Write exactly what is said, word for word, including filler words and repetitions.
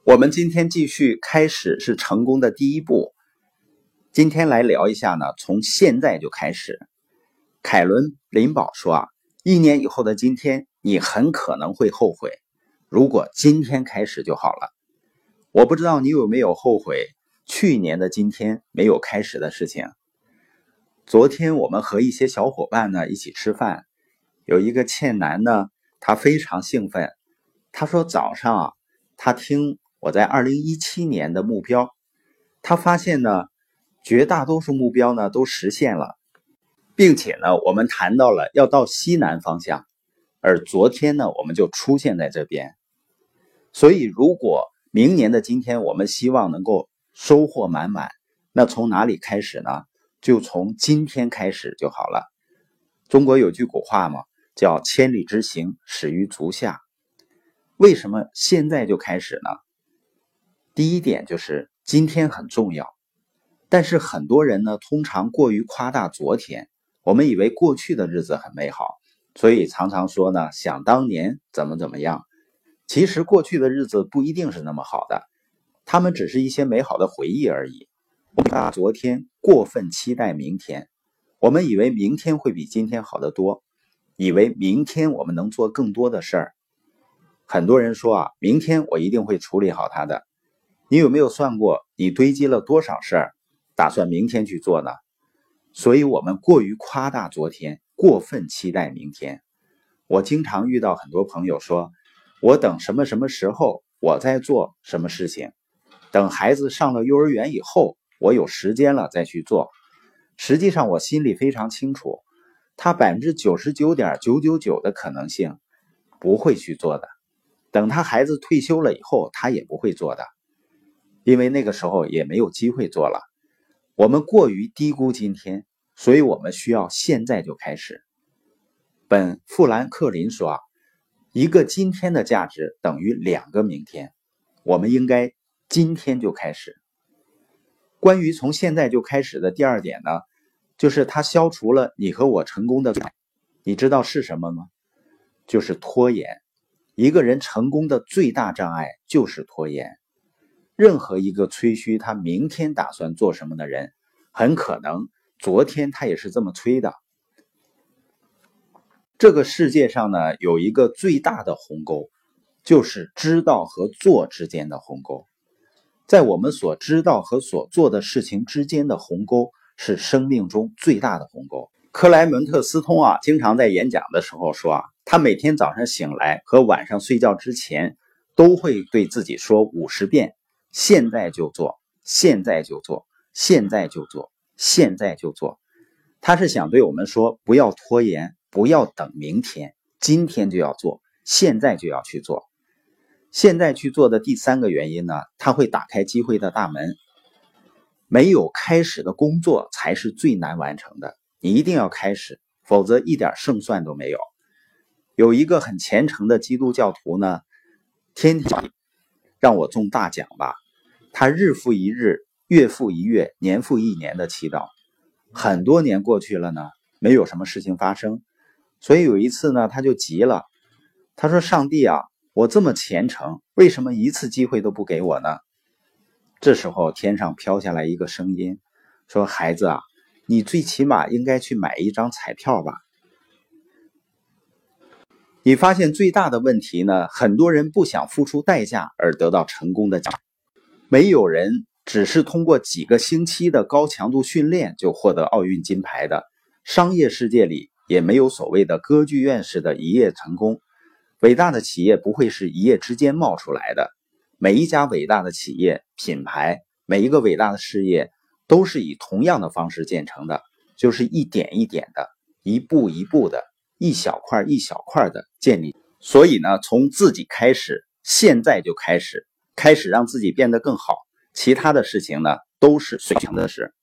我们今天继续开始是成功的第一步。今天来聊一下呢，从现在就开始。凯伦·林堡说啊，一年以后的今天，你很可能会后悔，如果今天开始就好了。我不知道你有没有后悔去年的今天没有开始的事情。昨天我们和一些小伙伴呢一起吃饭，有一个倩楠呢，他非常兴奋，他说早上啊，他听我在二零一七年的目标，他发现呢，绝大多数目标呢都实现了，并且呢，我们谈到了要到西南方向，而昨天呢，我们就出现在这边。所以，如果明年的今天我们希望能够收获满满，那从哪里开始呢？就从今天开始就好了。中国有句古话嘛，叫千里之行，始于足下。为什么现在就开始呢？第一点就是今天很重要，但是很多人呢，通常过于夸大昨天，我们以为过去的日子很美好，所以常常说呢，想当年怎么怎么样。其实过去的日子不一定是那么好的，他们只是一些美好的回忆而已。我们把昨天过分期待明天，我们以为明天会比今天好得多，以为明天我们能做更多的事儿。很多人说啊，明天我一定会处理好它的。你有没有算过你堆积了多少事儿，打算明天去做呢？所以我们过于夸大昨天，过分期待明天。我经常遇到很多朋友说，我等什么什么时候我在做什么事情，等孩子上了幼儿园以后，我有时间了再去做。实际上我心里非常清楚，他 百分之九十九点九九九 的可能性不会去做的。等他孩子退休了以后，他也不会做的。因为那个时候也没有机会做了。我们过于低估今天，所以我们需要现在就开始。本富兰克林说啊，一个今天的价值等于两个明天，我们应该今天就开始。关于从现在就开始的第二点呢，就是它消除了你和我成功的障碍。你知道是什么吗？就是拖延。一个人成功的最大障碍就是拖延。任何一个吹嘘他明天打算做什么的人，很可能昨天他也是这么吹的。这个世界上呢，有一个最大的鸿沟，就是知道和做之间的鸿沟。在我们所知道和所做的事情之间的鸿沟，是生命中最大的鸿沟。克莱门特斯通啊，经常在演讲的时候说啊，他每天早上醒来和晚上睡觉之前，都会对自己说五十遍，现在就做，现在就做，现在就做，现在就做。他是想对我们说，不要拖延，不要等明天，今天就要做，现在就要去做。现在去做的第三个原因呢，它会打开机会的大门。没有开始的工作才是最难完成的，你一定要开始，否则一点胜算都没有。有一个很虔诚的基督教徒呢，天天让我中大奖吧，他日复一日，月复一月，年复一年的祈祷。很多年过去了呢，没有什么事情发生。所以有一次呢，他就急了，他说，上帝啊，我这么虔诚，为什么一次机会都不给我呢？这时候天上飘下来一个声音，说，孩子啊，你最起码应该去买一张彩票吧。你发现最大的问题呢，很多人不想付出代价而得到成功的奖励。没有人只是通过几个星期的高强度训练就获得奥运金牌的。商业世界里也没有所谓的歌剧院式的一夜成功。伟大的企业不会是一夜之间冒出来的。每一家伟大的企业品牌，每一个伟大的事业都是以同样的方式建成的，就是一点一点的，一步一步的，一小块一小块的建立。所以呢，从自己开始，现在就开始，开始让自己变得更好，其他的事情呢，都是随成的事。